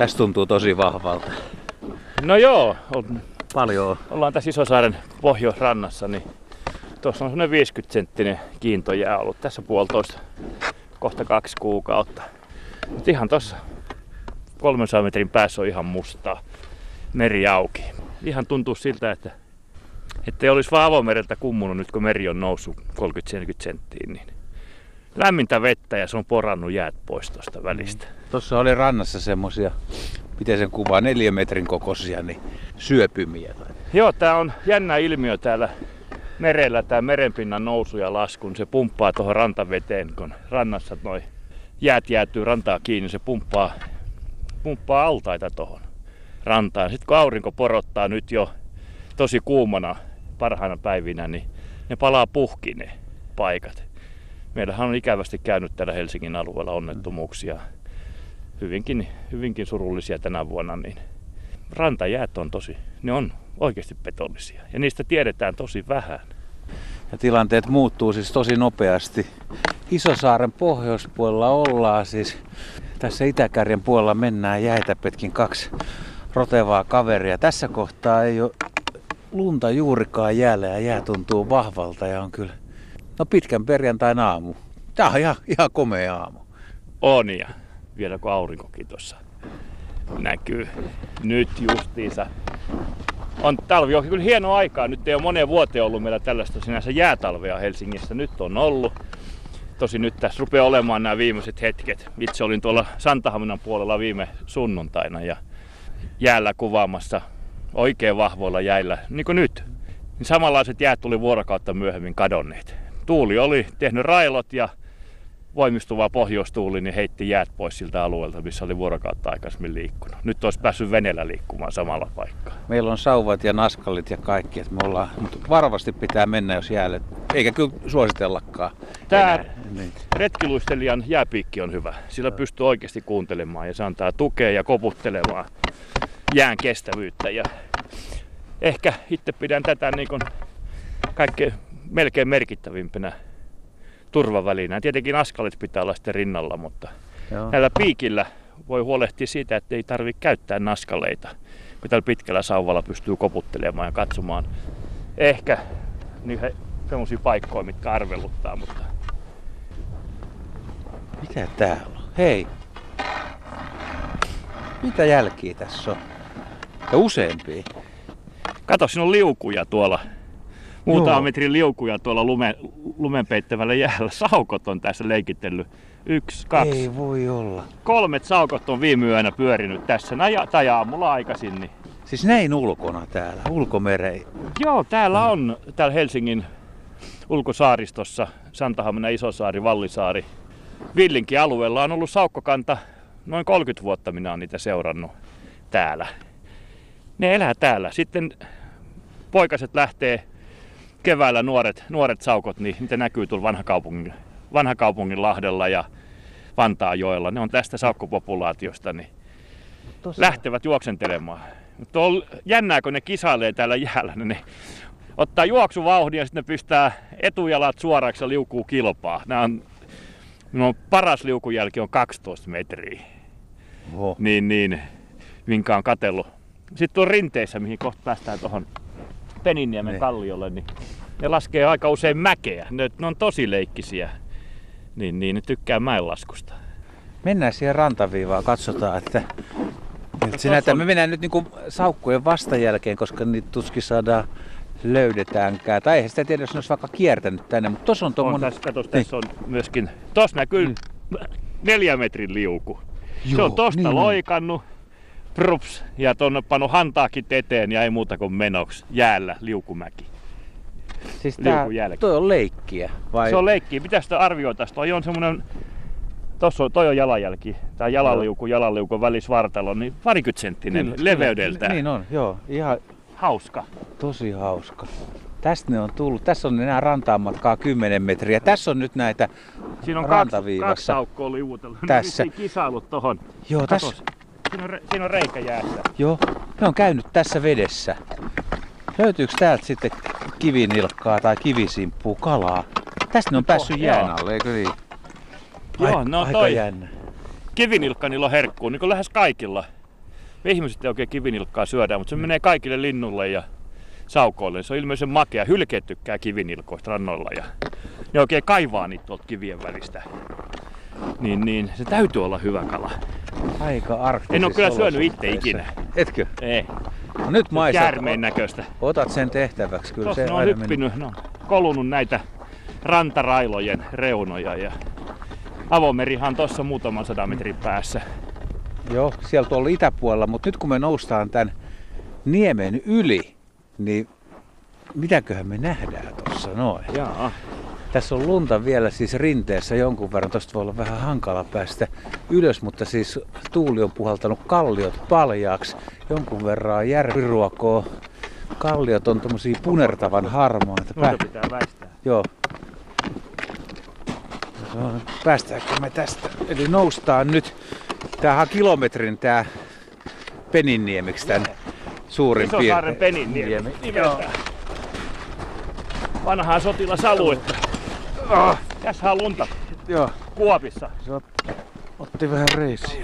Tässä tuntuu tosi vahvalta. No joo, Paljon. ollaan tässä Isosaaren pohjoisrannassa, niin tuossa on semmoinen 50-senttinen kiintojää ollut tässä puolitoista, kohta 2 kuukautta. Mutta ihan tuossa 300 metrin päässä on ihan mustaa, meri auki. Ihan tuntuu siltä, että ei olisi vaan avomereltä kummunut nyt kun meri on noussut 30-70 senttiin. Niin lämmintä vettä ja se on porannut jäät pois tuosta välistä. Tuossa oli rannassa semmosia, miten sen kuvaa, 4 metrin kokoisia, niin syöpymiä. Joo, tää on jännä ilmiö täällä merellä, tää merenpinnan nousu ja lasku. Se pumppaa tuohon rantaveteen, kun rannassa noi jäät jäätyy rantaa kiinni, se pumppaa altaita tuohon rantaan. Sitten kun aurinko porottaa nyt jo tosi kuumana parhaina päivinä, niin ne palaa puhki ne paikat. Meillähän on ikävästi käynyt täällä Helsingin alueella onnettomuuksia, hyvinkin surullisia tänä vuonna, niin rantajäät ne on oikeasti petollisia ja niistä tiedetään tosi vähän. Ja tilanteet muuttuu siis tosi nopeasti. Isosaaren pohjoispuolella ollaan siis. Tässä Itäkärjen puolella mennään jäitä pitkin 2 rotevaa kaveria. Tässä kohtaa ei ole lunta juurikaan jäällä ja jää tuntuu vahvalta ja on kyllä pitkän perjantain aamu. Tää on ihan komea aamu. On ja vielä kun aurinkokin tuossa näkyy nyt justiinsa. Talvi on kyllä hieno aikaa. Nyt ei ole moneen vuoteen ollut meillä tällaista sinänsä jäätalvea Helsingissä. Nyt on ollut. Tosin nyt tässä rupeaa olemaan nämä viimeiset hetket. Itse olin tuolla Santahaminan puolella viime sunnuntaina ja jäällä kuvaamassa oikein vahvoilla jäillä, niin kuin nyt. Niin samanlaiset jäät tuli vuorokautta myöhemmin kadonneet. Tuuli oli tehnyt railot ja voimistuva pohjoistuuli niin heitti jäät pois siltä alueelta, missä oli vuorokautta aikaisemmin liikkunut. Nyt olisi päässyt veneellä liikkumaan samalla paikkaa. Meillä on sauvat ja naskallit ja kaikki, että me ollaan, mutta varovasti pitää mennä, jos jäälle, eikä kyllä suositellakaan. Tämä retkiluistelijan jääpiikki on hyvä. Sillä pystyy oikeasti kuuntelemaan ja se antaa tukea ja koputtelemaan jään kestävyyttä. Ja ehkä itse pidän tätä niin kuin kaikkein melkein merkittävimpänä turvavälinä. Tietenkin askalit pitää olla sitten rinnalla, mutta näillä piikillä voi huolehtia siitä, että ei tarvitse käyttää naskaleita. Kun tällä pitkällä sauvalla pystyy koputtelemaan ja katsomaan ehkä niihin semmoisia paikkoja, mitkä arveluttaa. Mutta mitä täällä on? Hei! Mitä jälkiä tässä on? Ja useampia. Kato, siinä on liukuja tuolla. Muutama metrin liukuja tuolla lumen peittävällä jäällä. Saukot on tässä leikitellyt. 1, 2. Ei voi olla. 3 saukot on viime yönä pyörinyt tässä. Tai aamulla aikaisin. Niin. Siis näin ulkona täällä, ulkomerei. Joo, täällä Helsingin ulkosaaristossa, Santahamina, Isosaari, Vallisaari. Villinkin alueella on ollut saukkokanta noin 30 vuotta, minä olen niitä seurannut täällä. Ne elää täällä. Sitten poikaset lähtee keväällä nuoret saukot, niin niitä näkyy tuolla Vanhakaupungin Lahdella ja Vantaajoella. Ne on tästä saukkopopulaatiosta, niin lähtevät juoksentelemaan. Mutta on jännää, kun ne kisailee täällä jäällä. Ne ottaa juoksuvauhdin ja sitten ne pistää etujalat suoraksi ja liukuu kilpaa. Paras liukujälki on 12 metriä. Oho. Niin, minkä on katsellut. Sitten on rinteissä, mihin kohta päästään tuohon Peninniemen kalliolle, niin ne laskee aika usein mäkeä. Ne on tosi leikkisiä. Niin ne tykkää mäenlaskusta. Mennään siihen rantaviivaan, katsotaan, että me mennään nyt niinku saukkojen vastajälkeen, koska niitä tuskin saadaan löydetäänkään. Tai eihän sitä tiedä, jos ne olisi vaikka kiertänyt tänne, mutta tossa on tommonen. Tässä on myöskin, tossa näkyy 4 metrin liuku. Joo, se on tosta niin loikannut, prups, ja tuonne pannut hantaakin eteen ja ei muuta kuin menoksi jäällä liukumäki. Siis toi on leikkiä? Vai? Se on leikkiä. Mitä sitä arvioitaisiin? Toi on semmonen, toi on jalanjälki, tää jalanliukun välisvartalo, niin 20 senttinen leveydeltään. Niin on, joo. Ihan hauska. Tosi hauska. Tästä ne on tullut. Tässä on enää rantaan matkaa 10 metriä. Tässä on nyt näitä rantaviivassa. Kaksi saukkoa liuutellut. Tässä. Ne kisailut tohon. Joo, tässä. Siinä on reikä jäässä. Joo, ne on käynyt tässä vedessä. Löytyykö täältä sitten kivinilkkaa tai kivisimppua kalaa? Tästä ne on päässyt jään alle, eikö niin? Joo, no aika toi jännä. kivinilkka niillä on herkkuu, niin kuin lähes kaikilla. Me ihmiset ei oikein kivinilkkaa syödään, mutta se menee kaikille linnulle ja saukoille. Se on ilmeisen makea. Hylkeet tykkää kivinilkoista rannoilla ja ne oikein kaivaa niitä tuolta kivien välistä. Niin se täytyy olla hyvä kala. Aika arktisissa En ole kyllä syönyt itse olosuhteissa. ikinä. Etkö? Ei. No nyt maistat. Käärmeen näköistä. Otat sen tehtäväksi. Kyllä Tuossa se ne on aina hyppinyt, ne on kolunut näitä rantarailojen reunoja ja avomerihan on tuossa muutaman 100 metrin päässä. Joo, siellä tuolla itäpuolella, mutta nyt kun me noustaan tän niemen yli, niin mitäköhän me nähdään tuossa noin? Jaa. Tässä on lunta vielä siis rinteessä jonkun verran, tosta voi olla vähän hankala päästä ylös, mutta siis tuuli on puhaltanut kalliot paljaaksi. Jonkun verran järviruokoa. Kalliot on tommosia punertavan harmaita. Noita pitää väistää. Joo. Päästäänkö me tästä? Eli noustaan nyt. Tämähän on kilometrin tää Peninniemiksi tän suurin piirtein. Isosaaren Peninniemi nimeltään. Vanhaa sotilasaluetta. Tässä on lunta. Joo. Kuopissa. Se otti vähän reissiä.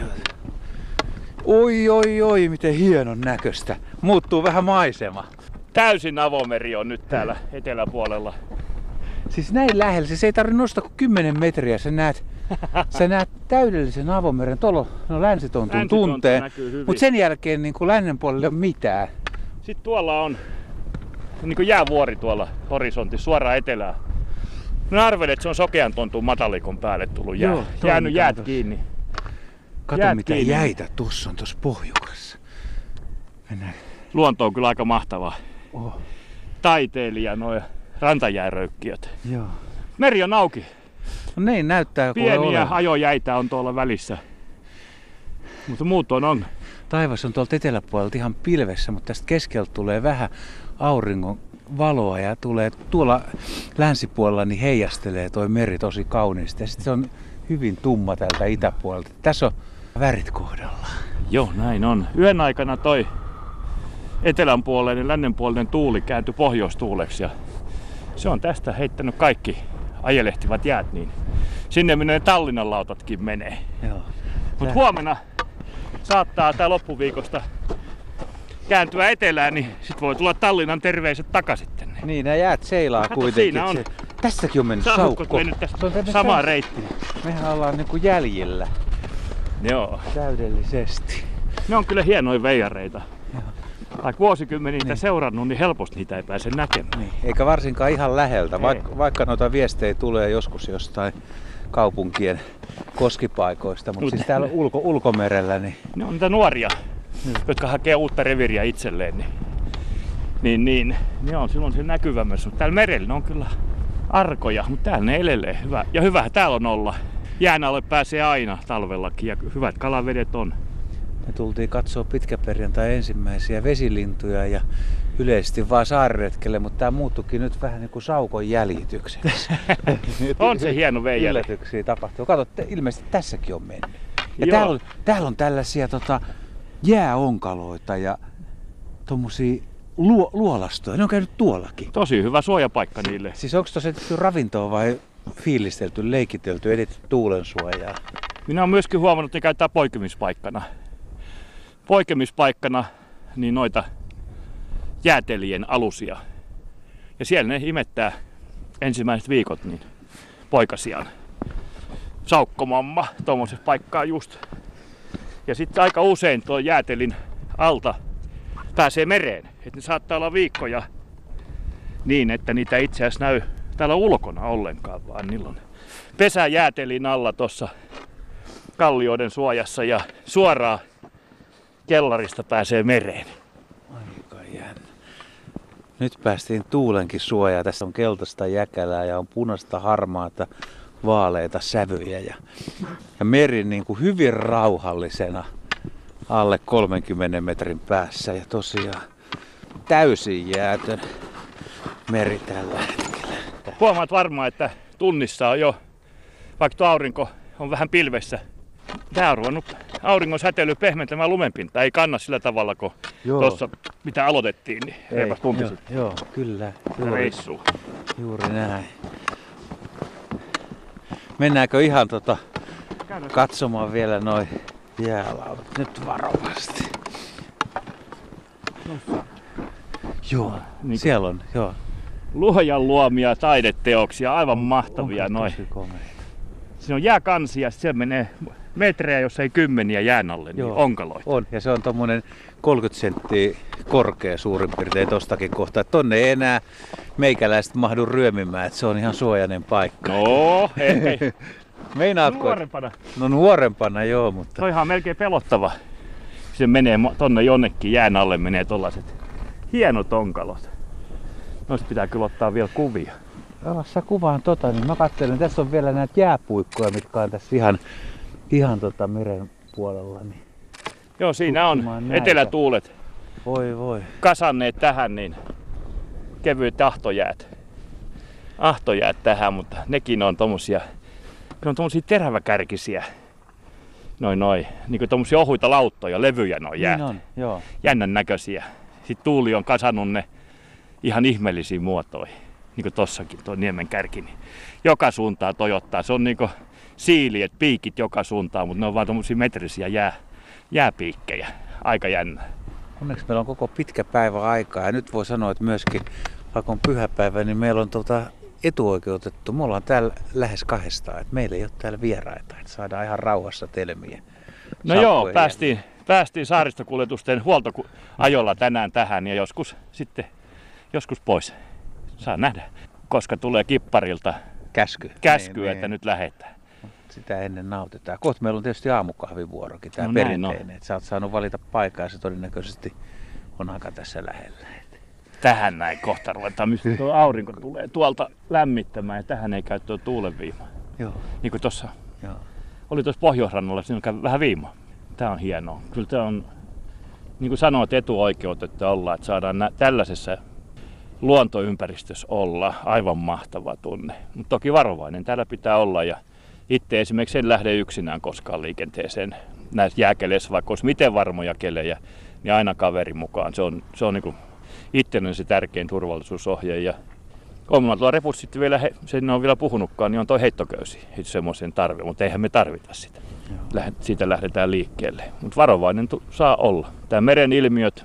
Oi, miten hienon näköistä. Muuttuu vähän maisema. Täysin avomeri on nyt täällä eteläpuolella. Siis näin lähellä, siis ei tarvitse nostaa kuin 10 metriä. Sä näet täydellisen avomeren. Tuolla on Länsitontun tuntee, mutta sen jälkeen niin kuin lännen puolella ei ole mitään. Sitten tuolla on niin kuin jäävuori tuolla horisontissa suoraan etelään. Mä arvelin, että se on Sokeantontun matalikon päälle tullut jää. Jäänyt jäät tossa kiinni. Kato jäät mitä kiinni. Jäitä tuossa on tuossa pohjukassa. Mennään. Luonto on kyllä aika mahtavaa. Taiteilija noin rantajääröykkiöt. Joo. Meri on auki. No niin näyttää. Pieniä ajojäitä on tuolla välissä. Mutta muutoin on. Taivas on tuolta eteläpuolelta ihan pilvessä, mutta tästä keskeltä tulee vähän auringon valoa ja tulee tuolla länsipuolella niin heijastelee toi meri tosi kauniisti. Ja sitten se on hyvin tumma täältä itäpuolelta. Tässä on värit kohdalla. Joo, näin on. Yön aikana toi etelänpuoleinen, lännenpuolinen tuuli kääntyi pohjoistuuleksi ja se on tästä heittänyt kaikki ajelehtivat jäät niin sinne minne ne Tallinnan lautatkin menee. Mutta huomenna saattaa tää loppuviikosta kääntyä etelään, niin sit voi tulla Tallinnan terveiset takaisin tänne. Niin, nämä jäät seilaa kato, kuitenkin. Siinä on. Tässäkin on mennyt saukko. Mennyt tästä samaa reittiä. Mehän ollaan niinku jäljillä. Joo. Täydellisesti. Ne on kyllä hienoja veijareita. Vaikka vuosikymmeniä niitä seurannut, niin helposti niitä ei pääse näkemään. Niin. Eikä varsinkaan ihan läheltä, vaikka noita viestejä tulee joskus jostain kaupunkien koskipaikoista, mutta siis täällä ulkomerellä. Ne on niitä nuoria, jotka hakee uutta reviiriä itselleen. Niin ne on silloin siellä näkyvämmässä. Täällä merellä ne on kyllä arkoja, mutta täällä ne elelee. Hyvä. Ja hyvä täällä on olla. Jään alle pääsee aina talvellakin ja hyvät kalavedet on. Me tultiin katsoa pitkäperjantai ensimmäisiä vesilintuja ja yleisesti vaan saariretkelle, mutta tää muuttuikin nyt vähän niin kuin saukon jäljitykseksi. On se hieno veijari. Yllätyksiä tapahtuu. Kato, ilmeisesti tässäkin on mennyt. Ja täällä on tällaisia jääonkaloita ja tommosia luolastoja. Ne on käynyt tuollakin. Tosi hyvä suojapaikka niille. Siis onko tuossa etetty ravintoa vai fiilistelty, leikitelty, edetty tuulensuojaa? Minä olen myöskin huomannut, että ne käyttää poikemispaikkana niin noita jäätelien alusia. Ja siellä ne imettää ensimmäiset viikot niin poikasiaan. Saukkomamma tuommoisessa paikkaa just. Ja sitten aika usein tuo jäätelin alta pääsee mereen. Et ne saattaa olla viikkoja niin, että niitä itse asiassa näy täällä ulkona ollenkaan, vaan niillä on pesä jäätelin alla tuossa kallioiden suojassa ja suoraan kellarista pääsee mereen. Aika jännä. Nyt päästiin tuulenkin suojaan. Tässä on keltaista jäkälää ja on punaista harmaata vaaleita sävyjä. Ja meri niin kuin hyvin rauhallisena alle 30 metrin päässä. Ja tosiaan täysin jäätön meri tällä hetkellä. Huomaat varmaan, että tunnissa on jo, vaikka tuo aurinko on vähän pilvessä, tämä on ruvennut auringon säteily pehmentämään lumenpintaa. Ei kanna sillä tavalla, kun tuossa mitä aloitettiin, niin reipas tunti sitten. Joo, kyllä. Juuri näin. Mennäänkö ihan katsomaan vielä noi jäälautat? Nyt varovasti. Joo, Niin siellä on, joo. luojan luomia taideteoksia, aivan mahtavia Onko noin. tosi komeita? Siinä on jääkansia, se menee metrejä, jos ei kymmeniä jään alle, niin Joo. onkaloita. On, ja se on tommonen 30 senttiä korkea suurin piirtein tostakin kohtaa. Tonne ei enää meikäläiset mahdu ryömimään, että se on ihan suojainen paikka. No, hei. Meinaatko? Nuorempana. No nuorempana joo, mutta... Toihan on melkein pelottava. Se menee tonne jonnekin jään alle, menee tollaset hienot onkalot. Noista pitää kyllä ottaa vielä kuvia. Alas sä kuvaan niin mä katselen, tässä on vielä näitä jääpuikkoja, mitkä on tässä ihan meren puolella. Niin Joo, siinä on tutkimaan näitä. etelätuulet voi. kasanneet tähän, niin kevyet ahtojäät tähän, mutta nekin on tommosia teräväkärkisiä. Niinku tommosia ohuita lauttoja, levyjä noi jäät. Niin on, joo. Jännän näköisiä. Sitten tuuli on kasannut ne ihan ihmeellisiin muotoihin. Niinku tossakin tuo niemen kärki. Niin joka suuntaan tojottaa. Se on niinku siiliet, piikit joka suuntaan, mutta ne on vaan tommosia metrisiä jääpiikkejä. Aika jännä. Onneksi meillä on koko pitkä päivä aikaa ja nyt voi sanoa, että myöskin vaikka on pyhäpäivä, niin meillä on etuoikeutettu. Me ollaan täällä lähes 200, että meillä ei ole täällä vieraita, että saadaan ihan rauhassa telmiä. No joo, päästiin saaristokuljetusten huoltoajolla tänään tähän ja joskus pois. Saa nähdä, koska tulee kipparilta käsky, että nyt lähdetään. Sitä ennen nautitaan. Kohta meillä on tietysti aamukahvivuorokin, tämä perinteinen. Että sä oot saanut valita paikan ja se todennäköisesti on aika tässä lähellä. Tähän näin kohta ruvetaan, mistä tuo aurinko tulee tuolta lämmittämään ja tähän ei käy tuo tuulenviima. Joo. Niin kuin tuossa oli tuossa Pohjoisrannalla, siinä käy vähän viimaa. Tää on hienoa. Kyllä tää on, niin kuin sanoit, etuoikeutettu olla, että saadaan tällaisessa luontoympäristössä olla. Aivan mahtava tunne. Mutta toki varovainen täällä pitää olla ja itse esimerkiksi en lähde yksinään koskaan liikenteeseen näissä jääkeleissä, vaikka olisi miten varmoja kelejä, niin aina kaverin mukaan. Se on niin kuin itselleni se tärkein turvallisuusohje. Ja omalla tuolla repussa sitten vielä, sen on vielä puhunutkaan, niin on toi heittoköysi semmoisen tarve, mutta eihän me tarvita sitä. Siitä lähdetään liikkeelle. Mutta varovainen saa olla. Tämä meren ilmiöt,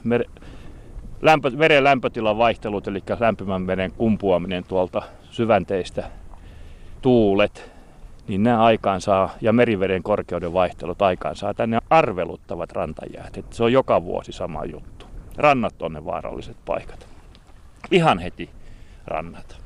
meren lämpötilan vaihtelut, eli lämpimän meren kumpuaminen tuolta syvänteistä, tuulet, niin nämä aikaansaa, ja meriveden korkeuden vaihtelut aikaansaa tänne arveluttavat rantajäät. Että se on joka vuosi sama juttu. Rannat on ne vaaralliset paikat. Ihan heti rannat.